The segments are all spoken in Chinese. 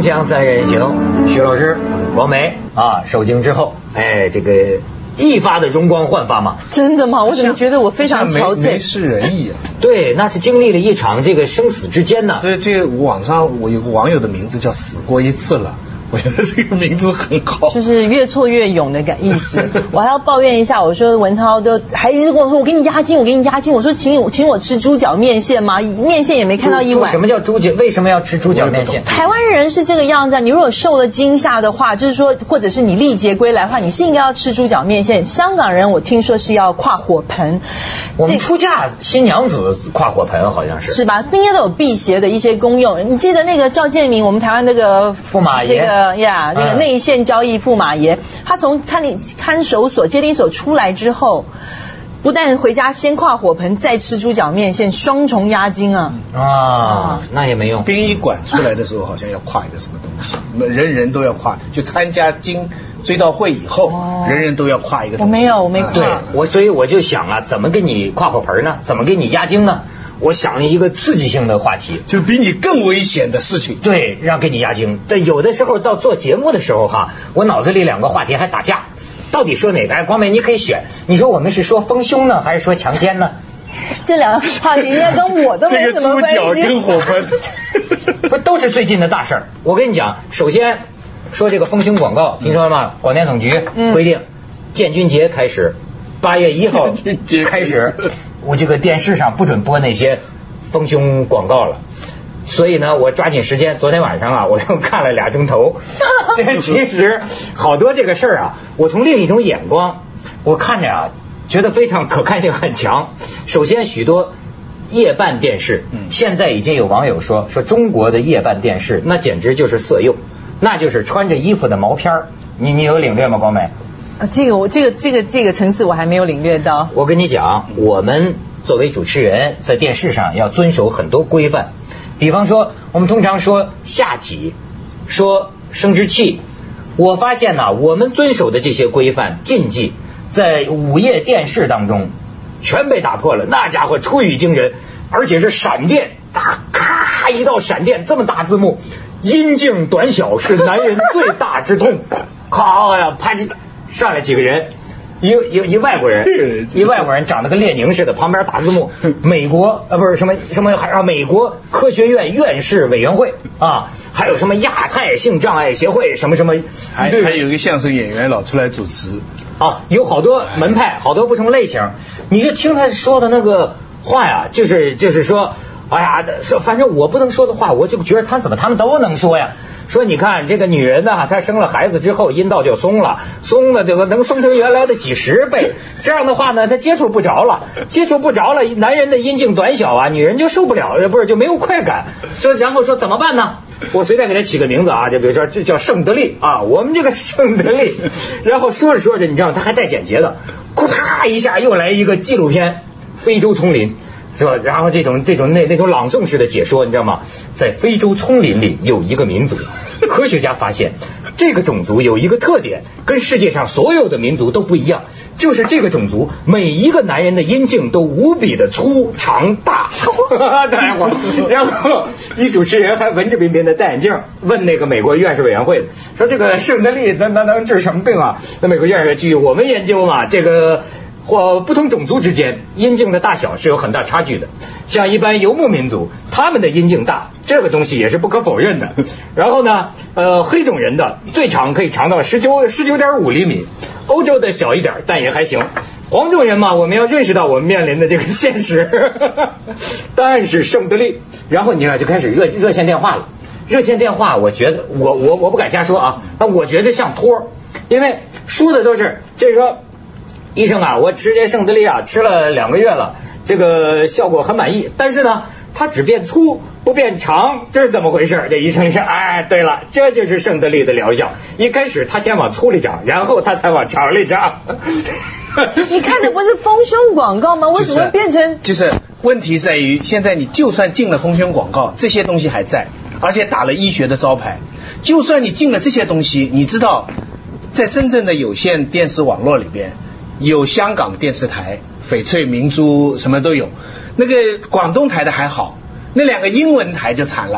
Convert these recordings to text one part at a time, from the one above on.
锵三人行，徐老师、广美啊，受惊之后，哎，这个一发的容光焕发嘛。 真的吗？我怎么觉得我非常憔悴？ 没事人意啊。 对，那是经历了一场这个生死之间呢。 所以这个网上我有个网友的名字叫死过一次了。我觉得这个名字很好， 就是越挫越勇的意思。我还要抱怨一下，我说文涛都还一直跟我说，我给你押金，我给你押金。我说请我吃猪脚面线吗？面线也没看到一碗。 什么叫猪脚？为什么要吃猪脚面线？ 台湾人是这个样子，你如果受了惊吓的话，就是说，或者是你历劫归来的话，你是应该要吃猪脚面线。香港人我听说是要跨火盆。 我们出嫁新娘子跨火盆好像是吧？应该都有辟邪的一些功用。你记得那个赵建明，我们台湾那个驸马爷。 那个内线交易驸马爷，他从看守所、监理所出来之后，不但回家先跨火盆，再吃猪脚面线，双重押金啊！ 啊，那也没用。 殡仪馆出来的时候，好像要跨一个什么东西，人人都要跨。就参加追悼会以后，人人都要跨一个东西。 我没跨。 对，所以我就想啊，怎么给你跨火盆呢？怎么给你押金呢？我想了一个刺激性的话题， 就比你更危险的事情。 对，让给你押金。但有的时候到做节目的时候哈，我脑子里两个话题还打架，到底说哪个？哎，光美你可以选，你说我们是说丰胸呢，还是说强奸呢？ 这两个话题应该跟我都没什么关系。 这个猪脚跟火盆， 不都是最近的大事儿？我跟你讲，首先说这个丰胸广告，听说了吗？广电总局规定，建军节开始，8月1号开始。我这个电视上不准播那些丰胸广告了，所以呢，我抓紧时间，昨天晚上啊，我又看了2钟头。这其实好多这个事儿啊，我从另一种眼光，我看着啊，觉得非常可看性很强。首先，许多夜半电视，现在已经有网友说中国的夜半电视那简直就是色诱，那就是穿着衣服的毛片儿。你有领略吗，光美？ 这个层次我还没有领略到。 我跟你讲，我们作为主持人在电视上要遵守很多规范，比方说我们通常说下体，说生殖器。我发现呢，我们遵守的这些规范禁忌，在午夜电视当中全被打破了。那家伙出语惊人，而且是闪电，咔一道闪电，这么大字幕，阴茎短小是男人最大之痛。咔呀，啪叽上来几个人，一外国人，长得跟列宁似的，旁边打字幕，美国不是什么还美国科学院院士委员会啊，还有什么亚太性障碍协会什么， 还有一个相声演员老出来主持啊，有好多门派，好多不同类型，你就听他说的那个话呀，就是说。哎呀，反正我不能说的话，我就觉得他们都能说呀。说你看这个女人呢，她生了孩子之后阴道就松了这个能松成原来的几10倍。这样的话呢，她接触不着了，男人的阴茎短小啊，女人就受不了，就没有快感。然后说怎么办呢？我随便给她起个名字啊，就比如说这叫圣德利啊，我们这个圣德利。然后说着，你知道他还带剪辑的，咕嚓一下又来一个纪录片《非洲丛林》。是吧？然后那种朗诵式的解说，你知道吗？在非洲丛林里有一个民族，科学家发现这个种族有一个特点，跟世界上所有的民族都不一样，就是这个种族每一个男人的阴茎都无比的粗长大。然后一主持人还文质彬彬的戴眼镜，问那个美国院士委员会说：“这个圣德利能治什么病啊？”那美国院士据我们研究嘛，这个。或不同种族之间阴茎的大小是有很大差距的，像一般游牧民族，他们的阴茎大，这个东西也是不可否认的。然后呢，黑种人的最长可以长到19.5厘米，欧洲的小一点，但也还行。黄种人嘛，我们要认识到我们面临的这个现实。但是圣德利，然后你看就开始热线电话了。热线电话，我觉得我不敢瞎说啊，我觉得像托，因为说的都是就是说。医生啊，我吃这圣德利啊，吃了2个月了，这个效果很满意，但是呢，它只变粗不变长，这是怎么回事？这医生说，哎，对了，这就是圣德利的疗效。一开始他先往粗里长，然后他才往长里长。 你看的不是丰胸广告吗？为什么变成？ 就是问题在于，现在你就算进了丰胸广告，这些东西还在，而且打了医学的招牌。就算你进了这些东西，你知道，在深圳的有线电视网络里边。有香港电视台、翡翠、明珠什么都有，那个广东台的还好，那2个英文台就惨了。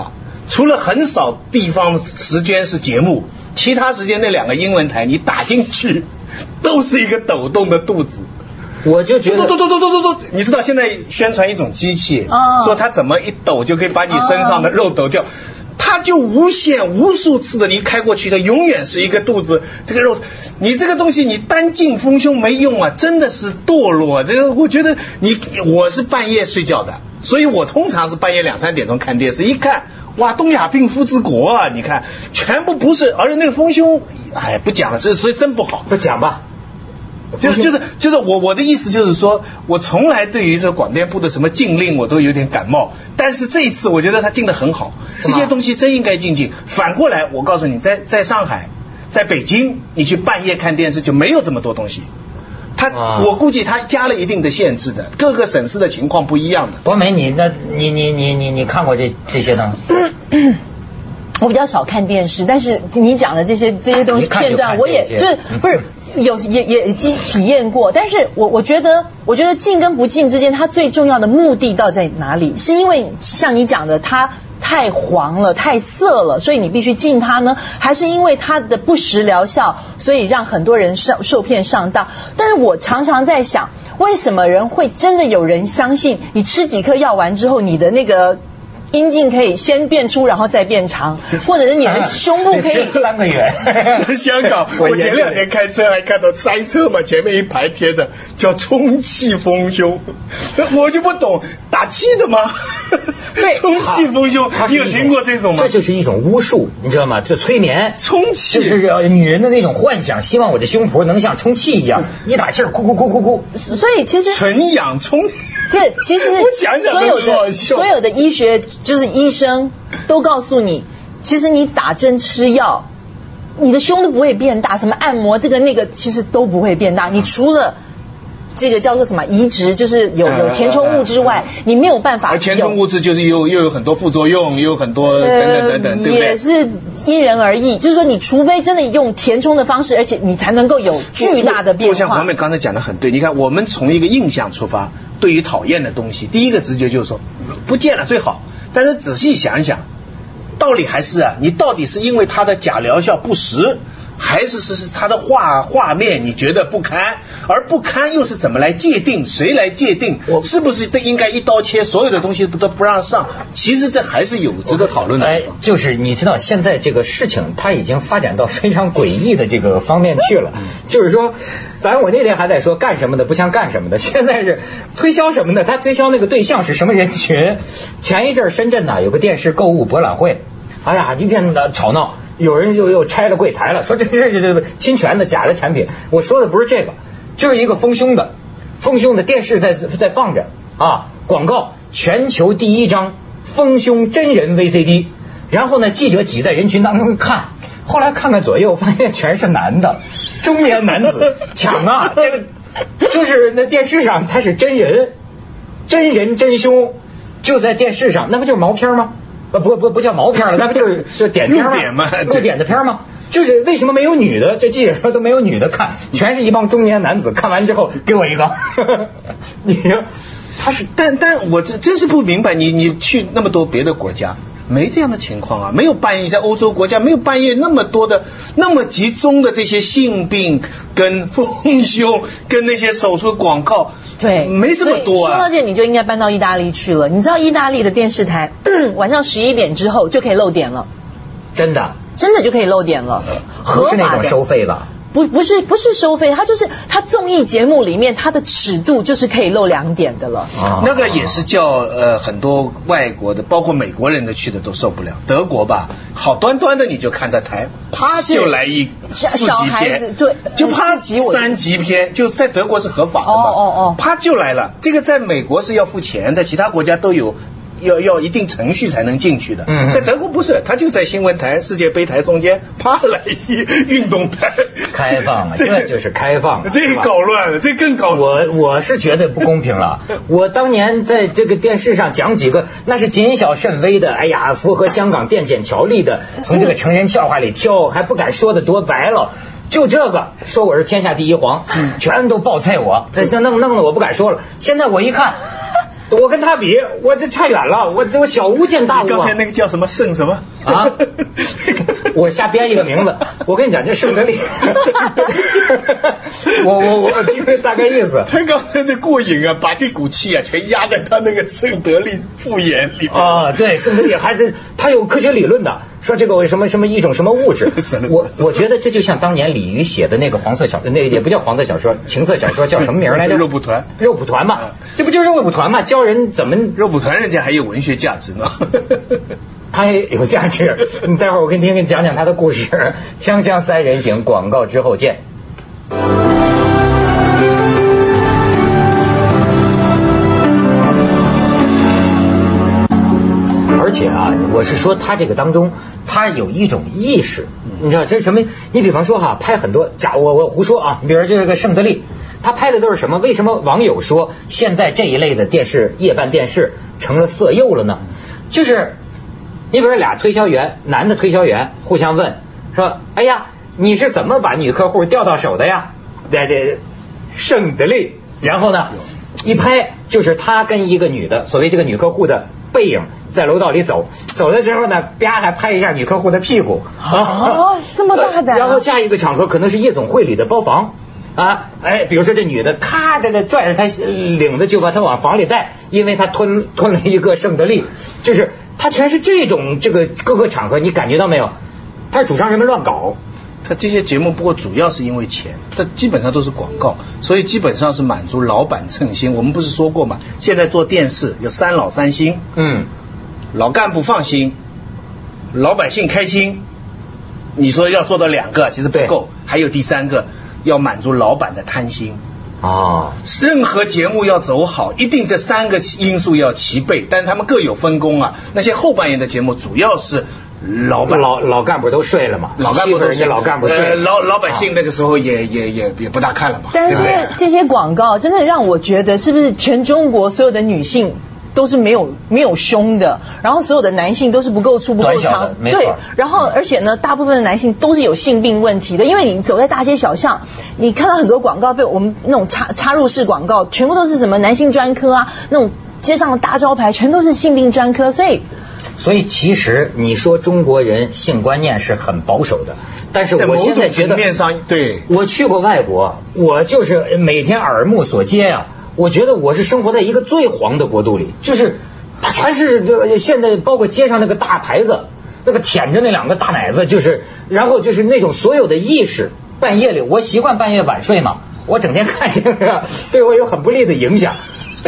除了很少地方时间是节目，其他时间那2个英文台你打进去都是一个抖动的肚子。 我就觉得你知道现在宣传一种机器，说它怎么一抖就可以把你身上的肉抖掉，它就无数次的你开过去，它永远是一个肚子，这个肉，你这个东西你单进丰胸没用啊，真的是堕落。这个我觉得我是半夜睡觉的，所以我通常是半夜2、3点钟看电视，一看哇，东亚病夫之国啊，你看全部不是，而且那个丰胸，哎，不讲了，所以真不好， 不讲吧。 就是我的意思就是说，我从来对于这广电部的什么禁令我都有点感冒，但是这一次我觉得他禁得很好，这些东西真应该禁。反过来我告诉你，在上海在北京你去半夜看电视就没有这么多东西，我估计他加了一定的限制的，各个省市的情况不一样的。 博美，你看过这些呢？ 我比较少看电视，但是你讲的这些东西片段，我也就是不是也体验过。但是我觉得禁跟不禁之间，它最重要的目的到底在哪里？是因为像你讲的，它太黄了、太色了，所以你必须禁它呢？还是因为它的不实疗效，所以让很多人受骗上当？但是我常常在想，为什么真的有人相信你吃几颗药丸之后，你的那个阴茎可以先变粗然后再变长，或者是你的胸部可以 3个月。 香港我前2天开车还看到塞车嘛，前面一排贴着叫充气丰胸，我就不懂，打气的吗？ 对， 充气丰胸，你有听过这种吗？ 这就是一种巫术，你知道吗？就催眠， 充气， 就是女人的那种幻想，希望我的胸脯能像充气一样，一打气儿，咕。 所以其实纯氧充。 对，其实我想所有的医学就是医生都告诉你，其实你打针吃药，你的胸都不会变大，什么按摩这个那个其实都不会变大，你除了这个叫做什么移植，就是有填充物之外，你没有办法。 而填充物质就是又有很多副作用，又有很多等等，对不对？ 也是因人而异，就是说你除非真的用填充的方式，而且你才能够有巨大的变化。 就像黄美刚才讲的很对，你看我们从一个印象出发，对于讨厌的东西，第一个直觉就是说不见了最好，但是仔细想一想，道理还是你到底是因为它的假疗效不实，还是它的画面你觉得不堪，而不堪又是怎么来界定？谁来界定？是不是应该一刀切，所有的东西都不让上？其实这还是有值得讨论的。 就是你知道现在这个事情它已经发展到非常诡异的这个方面去了。就是说，反正我那天还在说干什么的不像干什么的，现在是推销什么的，他推销那个对象是什么人群？前一阵深圳呢有个电视购物博览会，哎呀一片的吵闹。有人又拆了柜台了，说这是侵权的假的产品。我说的不是这个，就是一个丰胸的电视在放着广告，全球第一张丰胸真人 VCD。然后呢，记者挤在人群当中看，后来看看左右，发现全是男的，中年男子抢这个就是那电视上他是真人真胸，就在电视上，那不就是毛片吗？不叫毛片了，那不就是点片吗？露点的片吗？就是为什么没有女的？这记者说都没有女的看，全是一帮中年男子。看完之后给我一个，你说他是？ 但我真是不明白，你去那么多别的国家，没这样的情况啊，没有半夜在欧洲国家没有半夜那么多的那么集中的这些性病跟丰胸跟那些手术广告。 对， 没这么多啊。 说到这，你就应该搬到意大利去了。你知道意大利的电视台晚上11点之后就可以漏点了， 真的就可以漏点了，合法的， 不是那种收费吧？ 不是收费，它综艺节目里面它的尺度就是可以漏2点的了。 那个也是叫很多外国的，包括美国人的去的都受不了。德国吧，好端端的你就看在台，啪就来一4级片， 对， 就啪3级片，就在德国是合法的嘛，啪就来了。这个在美国是要付钱的，其他国家都有。要一定程序才能进去的，在德国不是，他就在新闻台、世界杯台中间，啪来一运动台， 开放了，这就是开放了， 这搞乱了，这更搞乱。 我是觉得不公平了。我当年在这个电视上讲几个，那是谨小慎微的，哎呀，符合香港电检条例的，从这个成人笑话里挑，还不敢说的多白了。就这个说我是天下第一皇，全都爆菜我，弄得我不敢说了。现在我一看。 我跟他比，我这差远了，我小巫见大巫啊。 刚才那个叫什么圣什么啊？我瞎编一个名字，我跟你讲，这圣德利，我听这大概意思。 他刚才那过瘾啊，把这股气啊全压在他那个圣德利复眼里面啊。对，圣德利还是他有科学理论的，说这个什么一种什么物质。我觉得这就像当年李渔写的那个黄色小，那也不叫黄色小说，情色小说叫什么名来着？ 肉蒲团。 肉蒲团嘛，这不就是肉蒲团嘛？教人怎么肉蒲团，人家还有文学价值呢。 他也有价值，你待会儿我给你讲讲他的故事。锵锵三人行，广告之后见。而且啊，我是说他这个当中，他有一种意识，你知道这是什么？你比方说哈，拍很多我胡说啊，比如这个圣德利，他拍的都是什么？为什么网友说现在这一类的电视夜半电视成了色诱了呢？就是你比如俩推销员，男的推销员互相问说：“哎呀，你是怎么把女客户钓到手的呀？”这圣德利，然后呢，一拍就是他跟一个女的，所谓这个女客户的背影在楼道里走的时候呢，啪还拍一下女客户的屁股。 哦，这么大的。 然后下一个场合可能是夜总会里的包房。啊，哎，比如说这女的咔的拽着他领子就把他往房里带，因为他吞了一个圣德利，就是他全是这种这个各个场合，你感觉到没有？他是主张人们乱搞。 他这些节目不过主要是因为钱，他基本上都是广告，所以基本上是满足老板称心。我们不是说过嘛，现在做电视有三老三新，老干部放心，老百姓开心。你说要做到2个其实不够，还有第3个。要满足老板的贪心啊！ 任何节目要走好，一定这3个因素要齐备，但他们各有分工啊。那些后半夜的节目主要是老板老干部都睡了嘛， 老干部都人家老干部睡了， 老百姓那个时候也不大看了嘛。 但是这些广告真的让我觉得，是不是全中国所有的女性都是没有胸的，然后所有的男性都是不够粗不够长，对，然后而且呢，大部分的男性都是有性病问题的，因为你走在大街小巷，你看到很多广告被我们那种插入式广告，全部都是什么男性专科啊，那种街上的大招牌全都是性病专科，所以其实你说中国人性观念是很保守的，但是我现在觉得面上对， 我去过外国，我就是每天耳目所接啊。我觉得我是生活在一个最黄的国度里，就是它全是现在包括街上那个大牌子，那个舔着那2个大奶子，就是然后就是那种所有的意识，半夜里我习惯半夜晚睡嘛，我整天看这个对我有很不利的影响，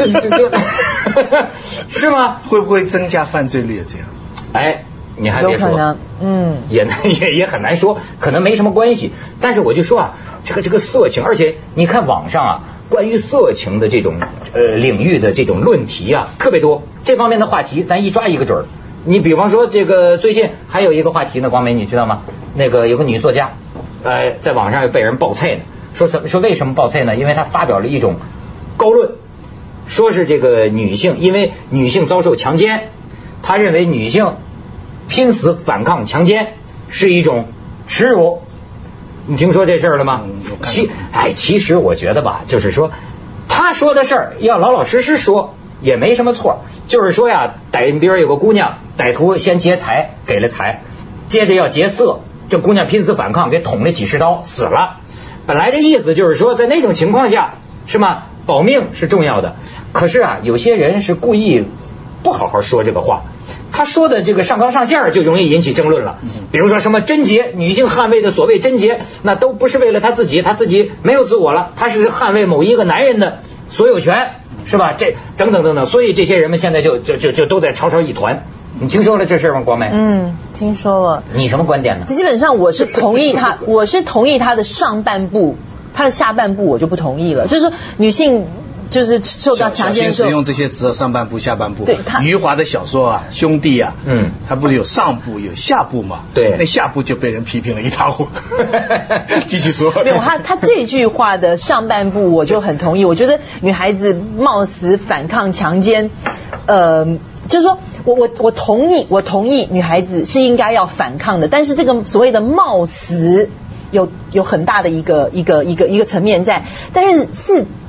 是吗？ 会不会增加犯罪率这样？ 哎，你还别说， 有可能， 也很难说，可能没什么关系。但是我就说啊，这个色情，而且你看网上啊。关于色情的这种领域的这种论题啊，特别多。这方面的话题，咱一抓一个准儿。你比方说，这个最近还有一个话题呢，光梅你知道吗？那个有个女作家，在网上又被人爆菜呢，说为什么爆菜呢？因为她发表了一种高论，说是这个女性因为女性遭受强奸，她认为女性拼死反抗强奸是一种耻辱。你听说这事儿了吗？其实我觉得吧，就是说他说的事儿要老老实实说也没什么错。就是说呀，比如有个姑娘，歹徒先劫财，给了财，接着要劫色，这姑娘拼死反抗，给捅了几10刀，死了。本来这意思就是说，在那种情况下，是吗？保命是重要的。可是啊，有些人是故意不好好说这个话。他说的这个上纲上线就容易引起争论了，比如说什么贞洁，女性捍卫的所谓贞洁，那都不是为了她自己没有自我了，她是捍卫某一个男人的所有权，是吧？这等等等等，所以这些人们现在就都在吵一团。你听说了这事吗，光梅？ 听说了。 你什么观点呢？ 基本上我是同意他的上半部，他的下半部我就不同意了，就是说女性。就是受到强奸的时候， 使用这些词，上半部、下半部。 对， 余华的小说啊，兄弟啊，他不是有上部有下部嘛？ 对， 那下部就被人批评了一塌糊涂。继续说。 没有，他这句话的上半部我就很同意。我觉得女孩子冒死反抗强奸，就是说我同意女孩子是应该要反抗的，但是这个所谓的冒死有很大的一个层面在，但是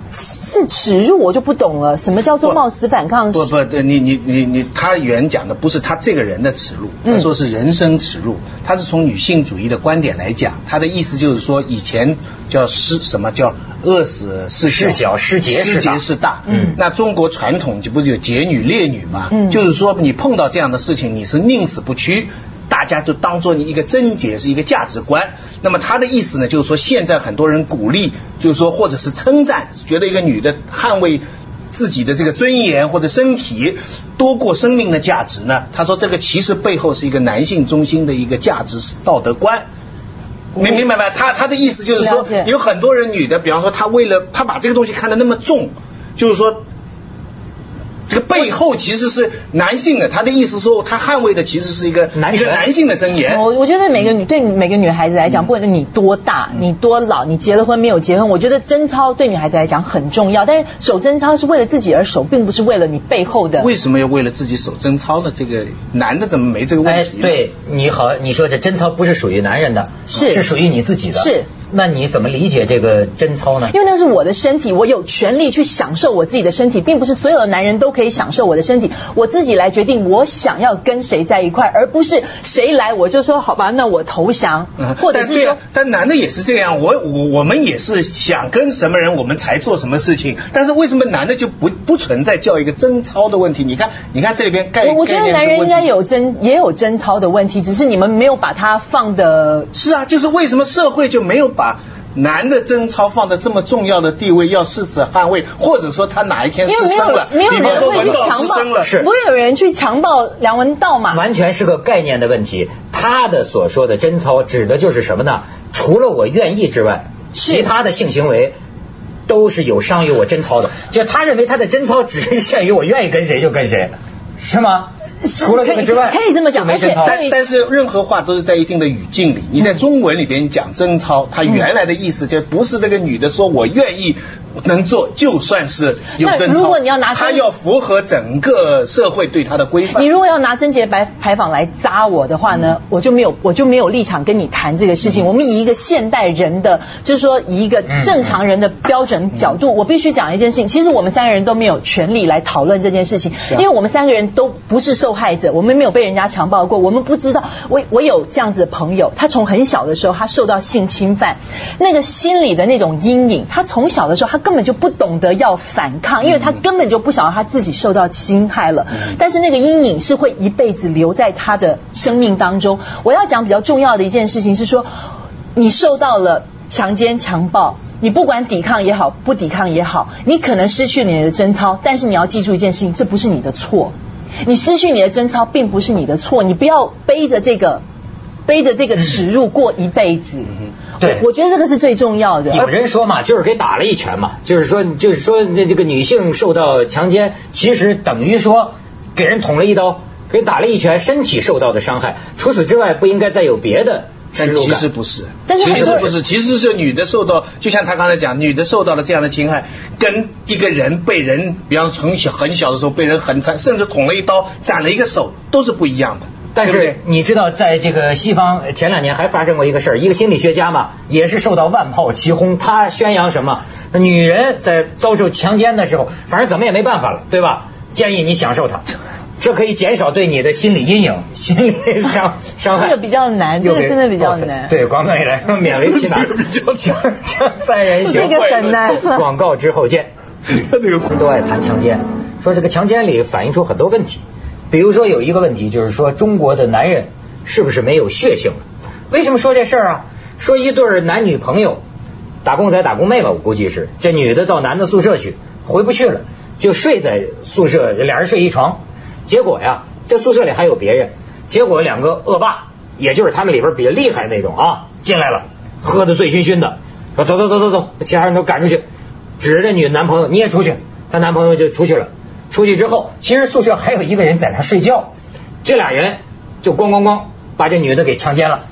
是耻辱，我就不懂了，什么叫做冒死反抗？ 不，他原讲的不是他这个人的耻辱，他说是人生耻辱，他是从女性主义的观点来讲，他的意思就是说以前叫什么叫饿死事小，失节事大。那中国传统就不是有劫女掠女嘛？就是说你碰到这样的事情，你是宁死不屈。大家就当做你一个贞洁，是一个价值观。那么他的意思呢，就是说现在很多人鼓励，就是说或者是称赞，觉得一个女的捍卫自己的这个尊严或者身体多过生命的价值呢，他说这个其实背后是一个男性中心的一个价值道德观。明白吧？他的意思就是说，有很多人女的，比方说他把这个东西看得那么重，就是说这个背后其实是男性的，他的意思说他捍卫的其实是一个男性的尊严。 我觉得对每个女孩子来讲，不管你多大你多老，你结了婚没有结婚，我觉得贞操对女孩子来讲很重要，但是守贞操是为了自己而守，并不是为了你背后的。 为什么要为了自己守贞操呢？这个男的怎么没这个问题？ 对，你好，你说这贞操不是属于男人的，是属于你自己的。 是， 那你怎么理解这个贞操呢？ 因为那是我的身体，我有权利去享受我自己的身体，并不是所有的男人都可以享受我的身体，我自己来决定我想要跟谁在一块，而不是谁来我就说好吧，那我投降，或者是说， 但男的也是这样，我们也是想跟什么人我们才做什么事情，但是为什么男的就不存在叫一个贞操的问题？你看这里边我觉得男人应该也有贞操的问题，只是你们没有把它放的。 是啊，就是为什么社会就没有把男的贞操放在这么重要的地位，要誓死捍卫，或者说他哪一天失声了， 没有人会去强暴， 是不会有人去强暴梁文道嘛？ 完全是个概念的问题。他的所说的贞操指的就是什么呢？除了我愿意之外，其他的性行为都是有伤于我贞操的。就他认为他的贞操只限于我愿意跟谁就跟谁，是吗？除了这个之外， 可以这么讲， 但是任何话都是在一定的语境里。你在中文里边讲贞操，它原来的意思就不是那个女的说我愿意能做，就算是有贞操。 如果你要拿她要符合整个社会对她的规范。 你如果要拿贞洁牌坊来扎我的话呢，我就没有立场跟你谈这个事情。我们以一个现代人的，就是说以一个正常人的标准角度，我必须讲一件事情。其实我们三个人都没有权利来讨论这件事情，因为我们三个人都不是受害者，我们没有被人家强暴过，我们不知道。我有这样子的朋友，他从很小的时候他受到性侵犯，那个心理的那种阴影，他从小的时候他根本就不懂得要反抗，因为他根本就不晓得他自己受到侵害了。但是那个阴影是会一辈子留在他的生命当中。我要讲比较重要的一件事情是说，你受到了强奸强暴，你不管抵抗也好不抵抗也好，你可能失去你的贞操，但是你要记住一件事情，这不是你的错。你失去你的贞操并不是你的错，你不要背着这个耻辱过一辈子。对，我觉得这个是最重要的。 有人说嘛，就是给打了一拳嘛，就是说这个女性受到强奸，其实等于说给人捅了一刀，给打了一拳，身体受到的伤害。除此之外，不应该再有别的。 但其实不是，其实是女的受到，就像他刚才讲，女的受到了这样的侵害，跟一个人被人，比方说很小的时候被人很惨，甚至捅了一刀，斩了一个手，都是不一样的。 但是你知道，在这个西方前2年还发生过一个事儿，一个心理学家嘛，也是受到万炮齐轰，他宣扬什么？女人在遭受强奸的时候，反正怎么也没办法了，对吧？建议你享受它。这可以减少对你的心理阴影、心理伤害。 这个比较难，这个真的比较难。 对，广告一来勉为其难，三人行， 这个很难。 广告之后见。都爱谈强奸，说这个强奸里反映出很多问题，比如说有一个问题就是说中国的男人是不是没有血性了？为什么说这事儿啊？说一对男女朋友，打工仔打工妹吧，我估计是这女的到男的宿舍去，回不去了，就睡在宿舍，俩人睡一床。结果呀，这宿舍里还有别人，结果2个恶霸，也就是他们里边比较厉害那种啊，进来了，喝得醉醺醺的，说走，其他人都赶出去，指着女男朋友你也出去，她男朋友就出去了。出去之后，其实宿舍还有一个人在那睡觉，这俩人就咣把这女的给强奸了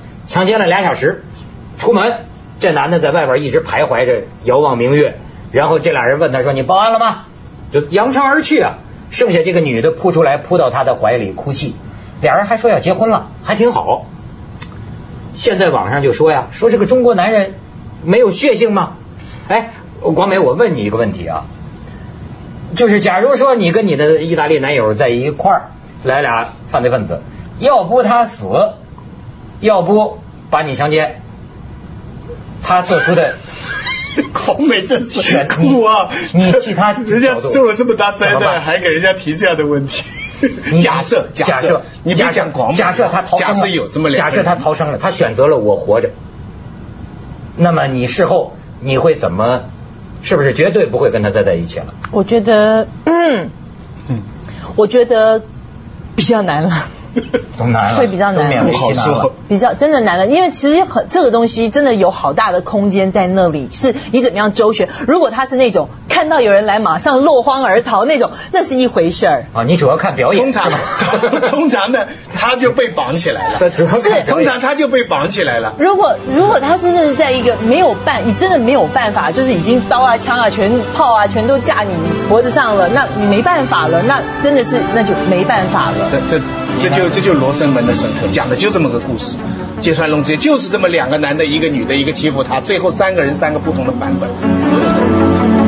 2小时。出门，这男的在外边一直徘徊着，遥望明月，然后这俩人问他说你报案了吗？就扬长而去啊。剩下这个女的扑出来，扑到他的怀里哭泣，俩人还说要结婚了，还挺好。现在网上就说呀，说这个中国男人没有血性吗？哎， 广美，我问你一个问题啊，就是假如说你跟你的意大利男友在一块儿，来俩犯罪分子，要不他死，要不把你强奸，他做出的。 广美真是哭啊！ 你替他人家受了这么大灾难，还给人家提这样的问题。假设，你别讲广美， 假设他逃生了， 假设有这么两个人， 假设他逃生了，他选择了我活着，那么你事后你会怎么？是不是绝对不会跟他再在一起了？ 我觉得，我觉得比较难了。 都难了， 会比较难， 不好说， 比较真的难了，因为其实这个东西真的有好大的空间在那里，是你怎么样周旋。如果他是那种看到有人来马上落荒而逃那种，那是一回事儿啊。你主要看表演， 通常呢他就被绑起来了，通常他就被绑起来了。 如果他真的是在一个你真的没有办法，就是已经刀啊枪啊炮啊全都架你脖子上了，那你没办法了，那真的是那就没办法了。 这就罗生门的神客讲的就这么个故事，芥川龙之介就是这么两个男的，一个女的，一个欺负他，最后3个人3个不同的版本。